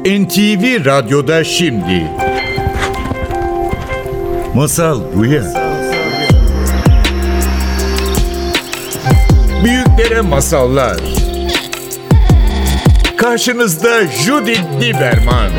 NTV Radyo'da şimdi. Masal Buya. Büyüklere masallar. Karşınızda Judith Lieberman.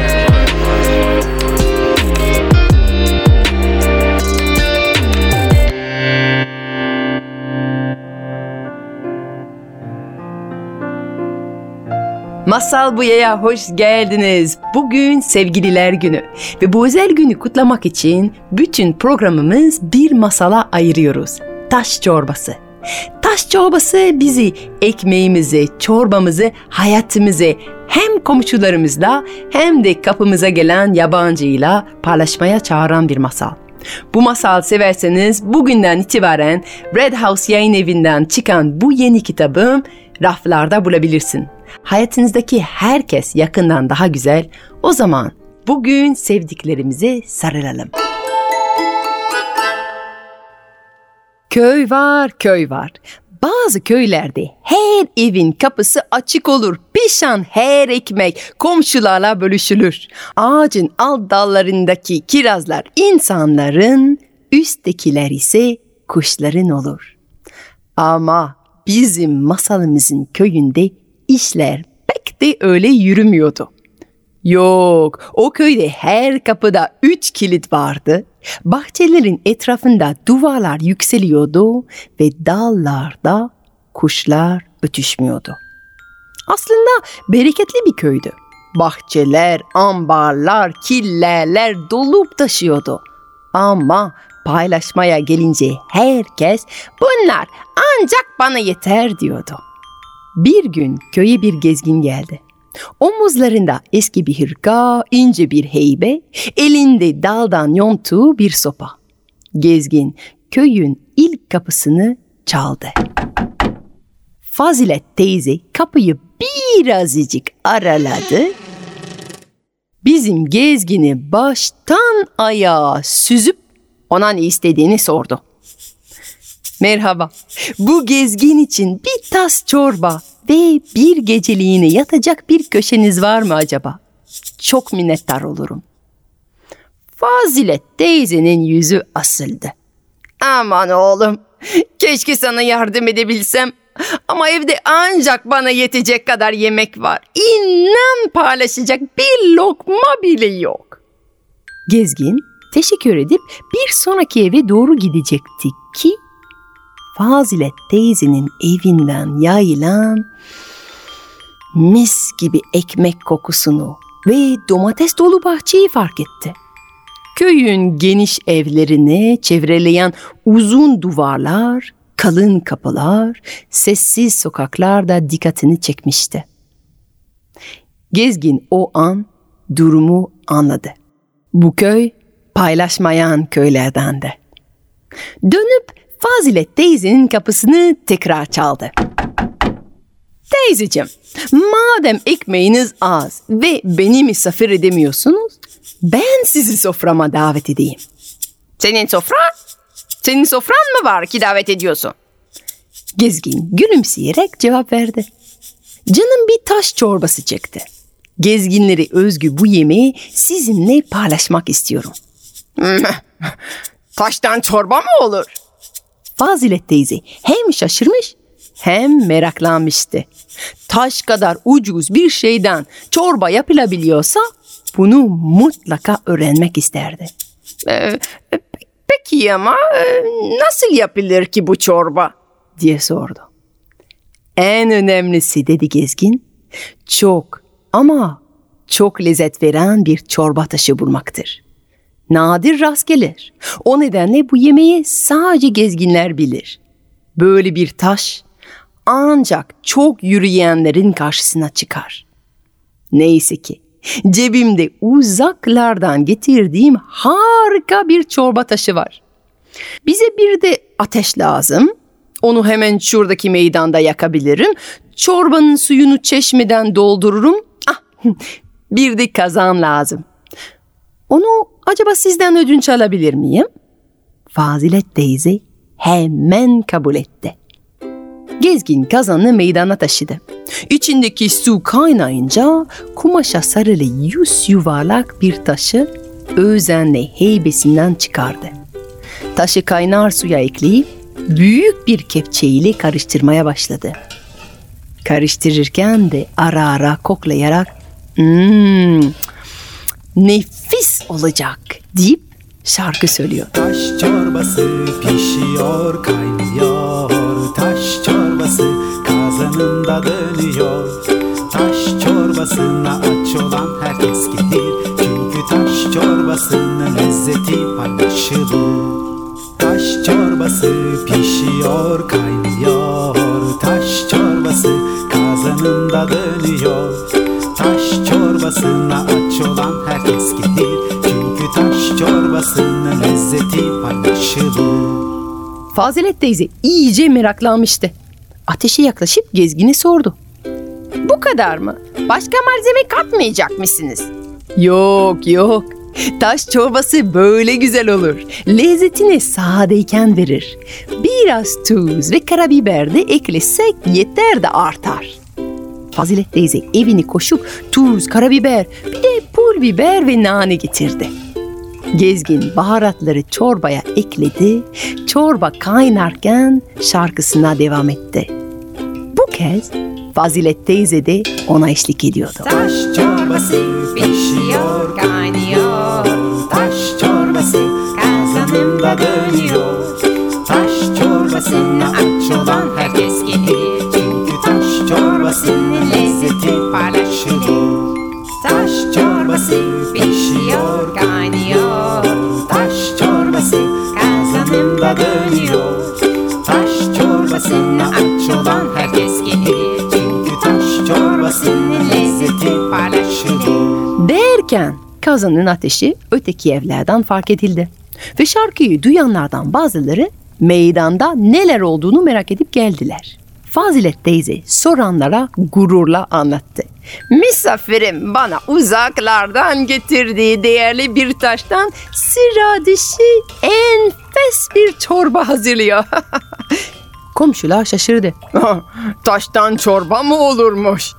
Masal Buya'ya hoş geldiniz. Bugün Sevgililer Günü ve bu özel günü kutlamak için bütün programımız bir masala ayırıyoruz. Taş çorbası. Taş çorbası bizi ekmeğimizi, çorbamızı, hayatımızı hem komşularımızla hem de kapımıza gelen yabancıyla paylaşmaya çağıran bir masal. Bu masal severseniz bugünden itibaren Red House Yayın Evi'nden çıkan bu yeni kitabı raflarda bulabilirsin. Hayatınızdaki herkes yakından daha güzel. O zaman bugün sevdiklerimize sarılalım. Köy var, köy var. Bazı köylerde her evin kapısı açık olur. Pişen her ekmek komşularla bölüşülür. Ağacın alt dallarındaki kirazlar insanların, üsttekiler ise kuşların olur. Ama bizim masalımızın köyünde işler pek de öyle yürümüyordu. Yok, o köyde her kapıda 3 kilit vardı. Bahçelerin etrafında duvarlar yükseliyordu ve dallarda kuşlar ötüşmüyordu. Aslında bereketli bir köydü. Bahçeler, ambarlar, killerler dolup taşıyordu. Ama paylaşmaya gelince herkes bunlar ancak bana yeter diyordu. Bir gün köye bir gezgin geldi. Omuzlarında eski bir hırka, ince bir heybe, elinde daldan yonttuğu bir sopa. Gezgin köyün ilk kapısını çaldı. Fazilet teyze kapıyı birazcık araladı. Bizim gezgini baştan ayağa süzüp ona ne istediğini sordu. Merhaba, bu gezgin için bir tas çorba ve bir geceliğine yatacak bir köşeniz var mı acaba? Çok minnettar olurum. Fazilet teyzenin yüzü asıldı. Aman oğlum, keşke sana yardım edebilsem. Ama evde ancak bana yetecek kadar yemek var. İnan paylaşacak bir lokma bile yok. Gezgin teşekkür edip bir sonraki eve doğru gidecekti ki Fazilet teyzenin evinden yayılan mis gibi ekmek kokusunu ve domates dolu bahçeyi fark etti. Köyün geniş evlerini çevreleyen uzun duvarlar, kalın kapılar, sessiz sokaklar da dikkatini çekmişti. Gezgin o an durumu anladı. Bu köy paylaşmayan köylerdendi. Dönüp Fazilet teyzenin kapısını tekrar çaldı. Teyzeciğim, madem ekmeğiniz az ve beni misafir edemiyorsunuz, ben sizi soframa davet edeyim. Senin sofran mı var ki davet ediyorsun? Gezgin gülümseyerek cevap verdi. Canım bir taş çorbası çekti. Gezginleri özgü bu yemeği sizinle paylaşmak istiyorum. Taştan çorba mı olur? Fazilet teyze hem şaşırmış hem meraklanmıştı. Taş kadar ucuz bir şeyden çorba yapılabiliyorsa bunu mutlaka öğrenmek isterdi. Peki ama nasıl yapılır ki bu çorba? Diye sordu. En önemlisi dedi gezgin, çok ama çok lezzet veren bir çorba taşı bulmaktır. Nadir rast gelir. O nedenle bu yemeği sadece gezginler bilir. Böyle bir taş ancak çok yürüyenlerin karşısına çıkar. Neyse ki cebimde uzaklardan getirdiğim harika bir çorba taşı var. Bize bir de ateş lazım. Onu hemen şuradaki meydanda yakabilirim. Çorbanın suyunu çeşmeden doldururum. Bir de kazan lazım. Onu acaba sizden ödünç alabilir miyim? Fazilet teyze hemen kabul etti. Gezgin kazanı meydana taşıdı. İçindeki su kaynayınca kumaşa sarılı yüz yuvarlak bir taşı özenle heybesinden çıkardı. Taşı kaynar suya ekleyip büyük bir kepçeyle karıştırmaya başladı. Karıştırırken de ara ara koklayarak nefis olacak deyip şarkı söylüyor. Taş çorbası pişiyor, kaynıyor. Taş çorbası kazanında dönüyor. Taş çorbasına aç olan herkes gelir. Çünkü taş çorbasının lezzeti paylaşılır. Taş çorbası pişiyor, kaynıyor. Taş çorbası kazanında dönüyor. Taş çorbasına aç olan herkes gelir. Çünkü taş çorbasının lezzeti paylaşılır. Fazilet teyze iyice meraklanmıştı. Ateşe yaklaşıp Gezgin'i sordu. Bu kadar mı? Başka malzeme katmayacak mısınız? Yok. Taş çorbası böyle güzel olur. Lezzetini sadeyken verir. Biraz tuz ve karabiber de eklesek yeter de artar. Fazilet teyze evini koşup tuz, karabiber, bir de pul biber ve nane getirdi. Gezgin baharatları çorbaya ekledi. Çorba kaynarken şarkısına devam etti. Bu kez Fazilet teyze de ona eşlik ediyordu. Taş çorbası pişiyor, kaynıyor. Taş çorbası kazanında dönüyor. Taş çorbasına aç olan herkes gelir. Çünkü taş çorbasının lezzeti paylaşılır. Taş çorbası pişiyor, kaynıyor. Taş çorbası kazanında dönüyor. Taş çorbasına aç olan herkes gelir. Çünkü taş çorbasının lezzeti paylaşılır. Derken kazanın ateşi öteki evlerden fark edildi. Ve şarkıyı duyanlardan bazıları meydanda neler olduğunu merak edip geldiler. Fazilet teyze soranlara gururla anlattı. Misafirim bana uzaklardan getirdiği değerli bir taştan sıra dışı enfes bir çorba hazırlıyor. Komşular şaşırdı. Taştan çorba mı olurmuş?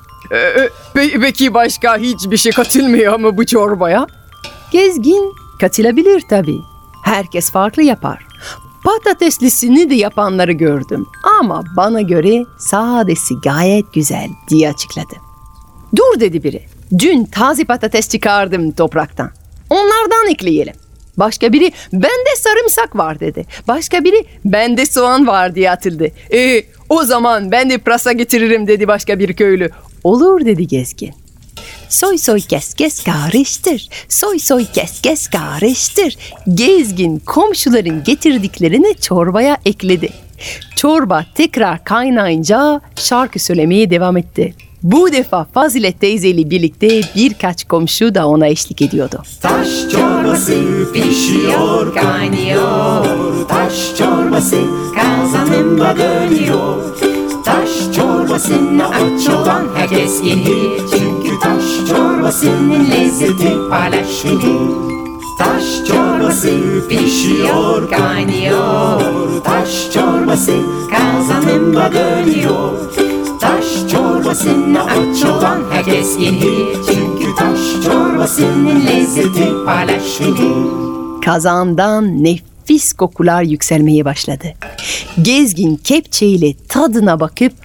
Peki başka hiçbir şey katılmıyor mu bu çorbaya? Gezgin katılabilir tabii. Herkes farklı yapar. Patateslisini de yapanları gördüm. Ama bana göre sadesi gayet güzel diye açıkladı. Dur dedi biri. Dün taze patates çıkardım topraktan. Onlardan ekleyelim. Başka biri bende sarımsak var dedi. Başka biri bende soğan var diye atıldı. O zaman ben de pırasa getiririm dedi başka bir köylü. Olur dedi Gezgin. Soy soy kes kes karıştır. Soy soy kes kes karıştır. Gezgin komşuların getirdiklerini çorbaya ekledi. Çorba tekrar kaynayınca şarkı söylemeye devam etti. Bu defa Fazilet teyzeyle birlikte birkaç komşu da ona eşlik ediyordu. Taş çorbası pişiyor, kaynıyor. Taş çorbası kazanında dönüyor. Taş çorbasına aç olan herkes gelir. Çünkü taş çorbasının lezzeti paylaşılır. Taş çorbası pişiyor, kaynıyor. Taş çorbası kazanında dönüyor. Taş çorbasına aç olan herkes gelir. Çünkü taş çorbasının lezzeti paylaşılır. Kazandan nefis kokular yükselmeye başladı. Gezgin kepçeyle tadına bakıp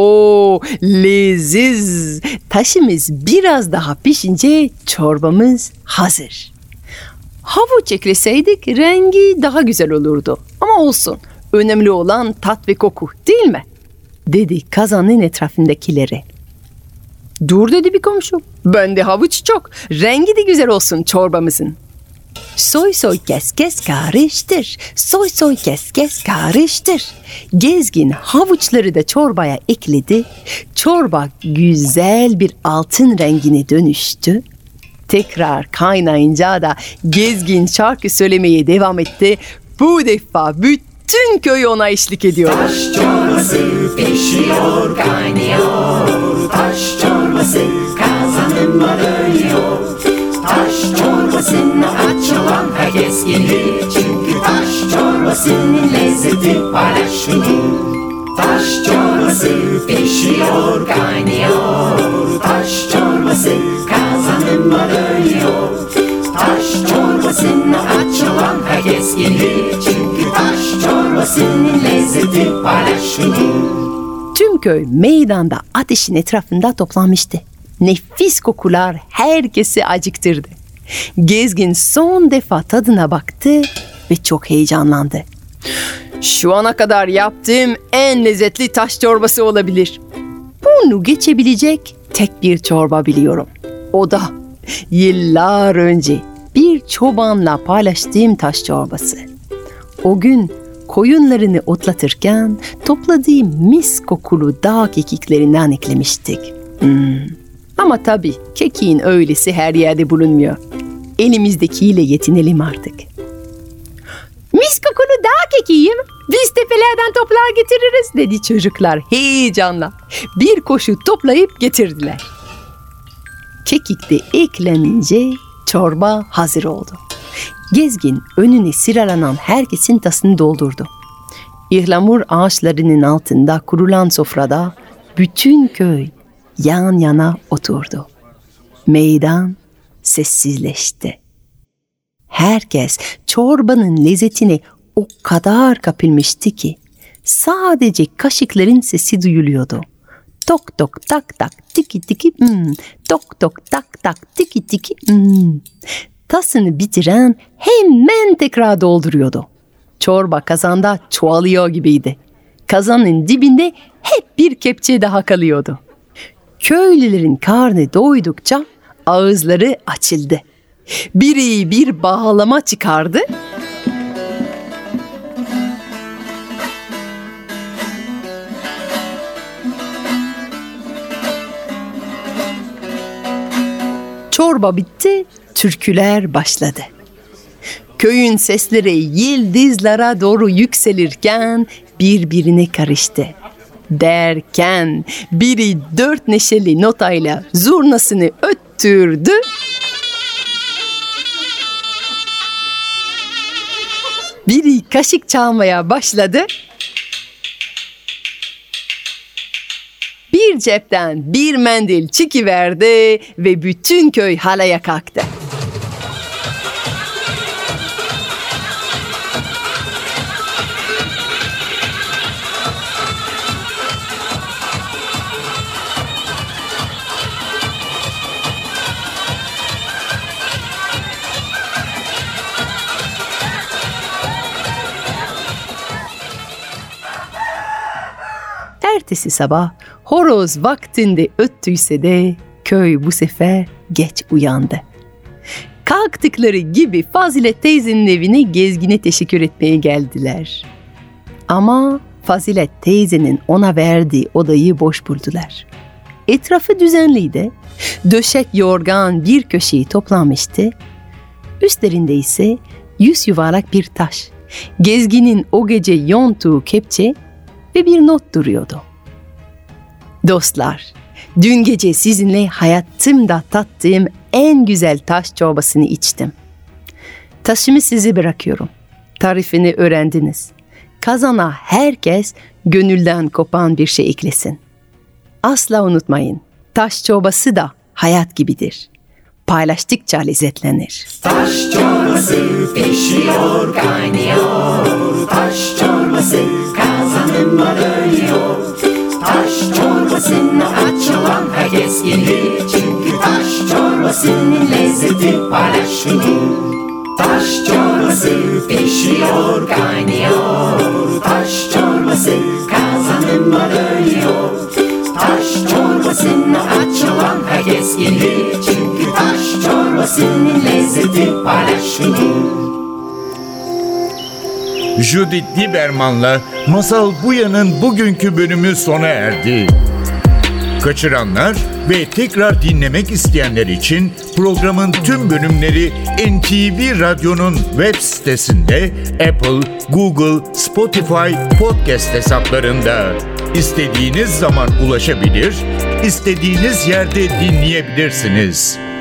leziz. Taşımız biraz daha pişince çorbamız hazır. Havuç ekleseydik rengi daha güzel olurdu. Ama olsun. Önemli olan tat ve koku değil mi? Dedi kazanın etrafındakileri. Dur dedi bir komşu. Bende havuç çok. Rengi de güzel olsun çorbamızın. Soy soy kes kes karıştır. Soy soy kes kes karıştır. Gezgin havuçları da çorbaya ekledi. Çorba güzel bir altın rengine dönüştü. Tekrar kaynayınca da Gezgin şarkı söylemeye devam etti. Bu defa bütün köy ona eşlik ediyor. Taş çorbası pişiyor, kaynıyor. Taş çorbası kazanında dönüyor. Taş çorbasına aç olan herkes gelir. Çünkü taş çorbasının lezzeti paylaşılır. Taş çorbası pişiyor, kaynıyor. Taş çorbası kazanımda dönüyor. Taş çorbasına açılan herkes gelir. Çünkü taş çorbasının lezzeti paylaşılır. Tüm köy meydanda ateşin etrafında toplanmıştı. Nefis kokular herkesi acıktırdı. Gezgin son defa tadına baktı ve çok heyecanlandı. Şu ana kadar yaptığım en lezzetli taş çorbası olabilir. Bunu geçebilecek tek bir çorba biliyorum. O da yıllar önce bir çobanla paylaştığım taş çorbası. O gün koyunlarını otlatırken topladığım mis kokulu dağ kekiklerinden eklemiştik. Ama tabii kekiğin öylesi her yerde bulunmuyor. Elimizdekiyle yetinelim artık. Mis kokulu dağ kekiğim, biz tepelerden toplar getiririz dedi çocuklar heyecanla. Bir koşu toplayıp getirdiler. Kekik de eklenince çorba hazır oldu. Gezgin önüne sıralanan herkesin tasını doldurdu. İhlamur ağaçlarının altında kurulan sofrada bütün köy yan yana oturdu. Meydan sessizleşti. Herkes çorbanın lezzetine o kadar kapılmıştı ki sadece kaşıkların sesi duyuluyordu. Tok tok tak tak tiki tiki tok tok tak tak tiki tiki Tasını bitiren hemen tekrar dolduruyordu. Çorba kazanda çoğalıyor gibiydi. Kazanın dibinde hep bir kepçe daha kalıyordu. Köylülerin karnı doydukça ağızları açıldı. Biri bir bağlama çıkardı. Çorba bitti, türküler başladı. Köyün sesleri yıldızlara doğru yükselirken birbirine karıştı. Derken biri 4 neşeli notayla zurnasını öttürdü. Biri kaşık çalmaya başladı. Bir cepten bir mendil çıkıverdi ve bütün köy halaya kalktı. Ertesi sabah horoz vaktinde öttüyse de köy bu sefer geç uyandı. Kalktıkları gibi Fazilet teyzenin evine Gezgin'e teşekkür etmeye geldiler. Ama Fazilet teyzenin ona verdiği odayı boş buldular. Etrafı düzenliydi. Döşek yorgan bir köşeyi toplamıştı. Üstlerinde ise 100 yuvarlak bir taş, Gezgin'in o gece yonttuğu kepçe ve bir not duruyordu. Dostlar, dün gece sizinle hayatımda tattığım en güzel taş çorbasını içtim. Taşımı size bırakıyorum. Tarifini öğrendiniz. Kazana herkes gönülden kopan bir şey eklesin. Asla unutmayın, taş çorbası da hayat gibidir. Paylaştıkça lezzetlenir. Taş çorbası pişiyor, kaynıyor. Taş çorbası kazanımda dönüyor. Taş çorbasına açılan herkes gelir. Çünkü taş çorbasının lezzeti paylaşılır. Taş çorbası pişiyor, kaynıyor. Taş çorbası kazanımda dönüyor. Taş çorbasına açılan herkes gelir. Çünkü taş çorbasının lezzeti paylaşılır. Judith Lieberman'la Masal Buya'nın bugünkü bölümü sona erdi. Kaçıranlar ve tekrar dinlemek isteyenler için programın tüm bölümleri NTV Radyo'nun web sitesinde, Apple, Google, Spotify podcast hesaplarında. İstediğiniz zaman ulaşabilir, istediğiniz yerde dinleyebilirsiniz.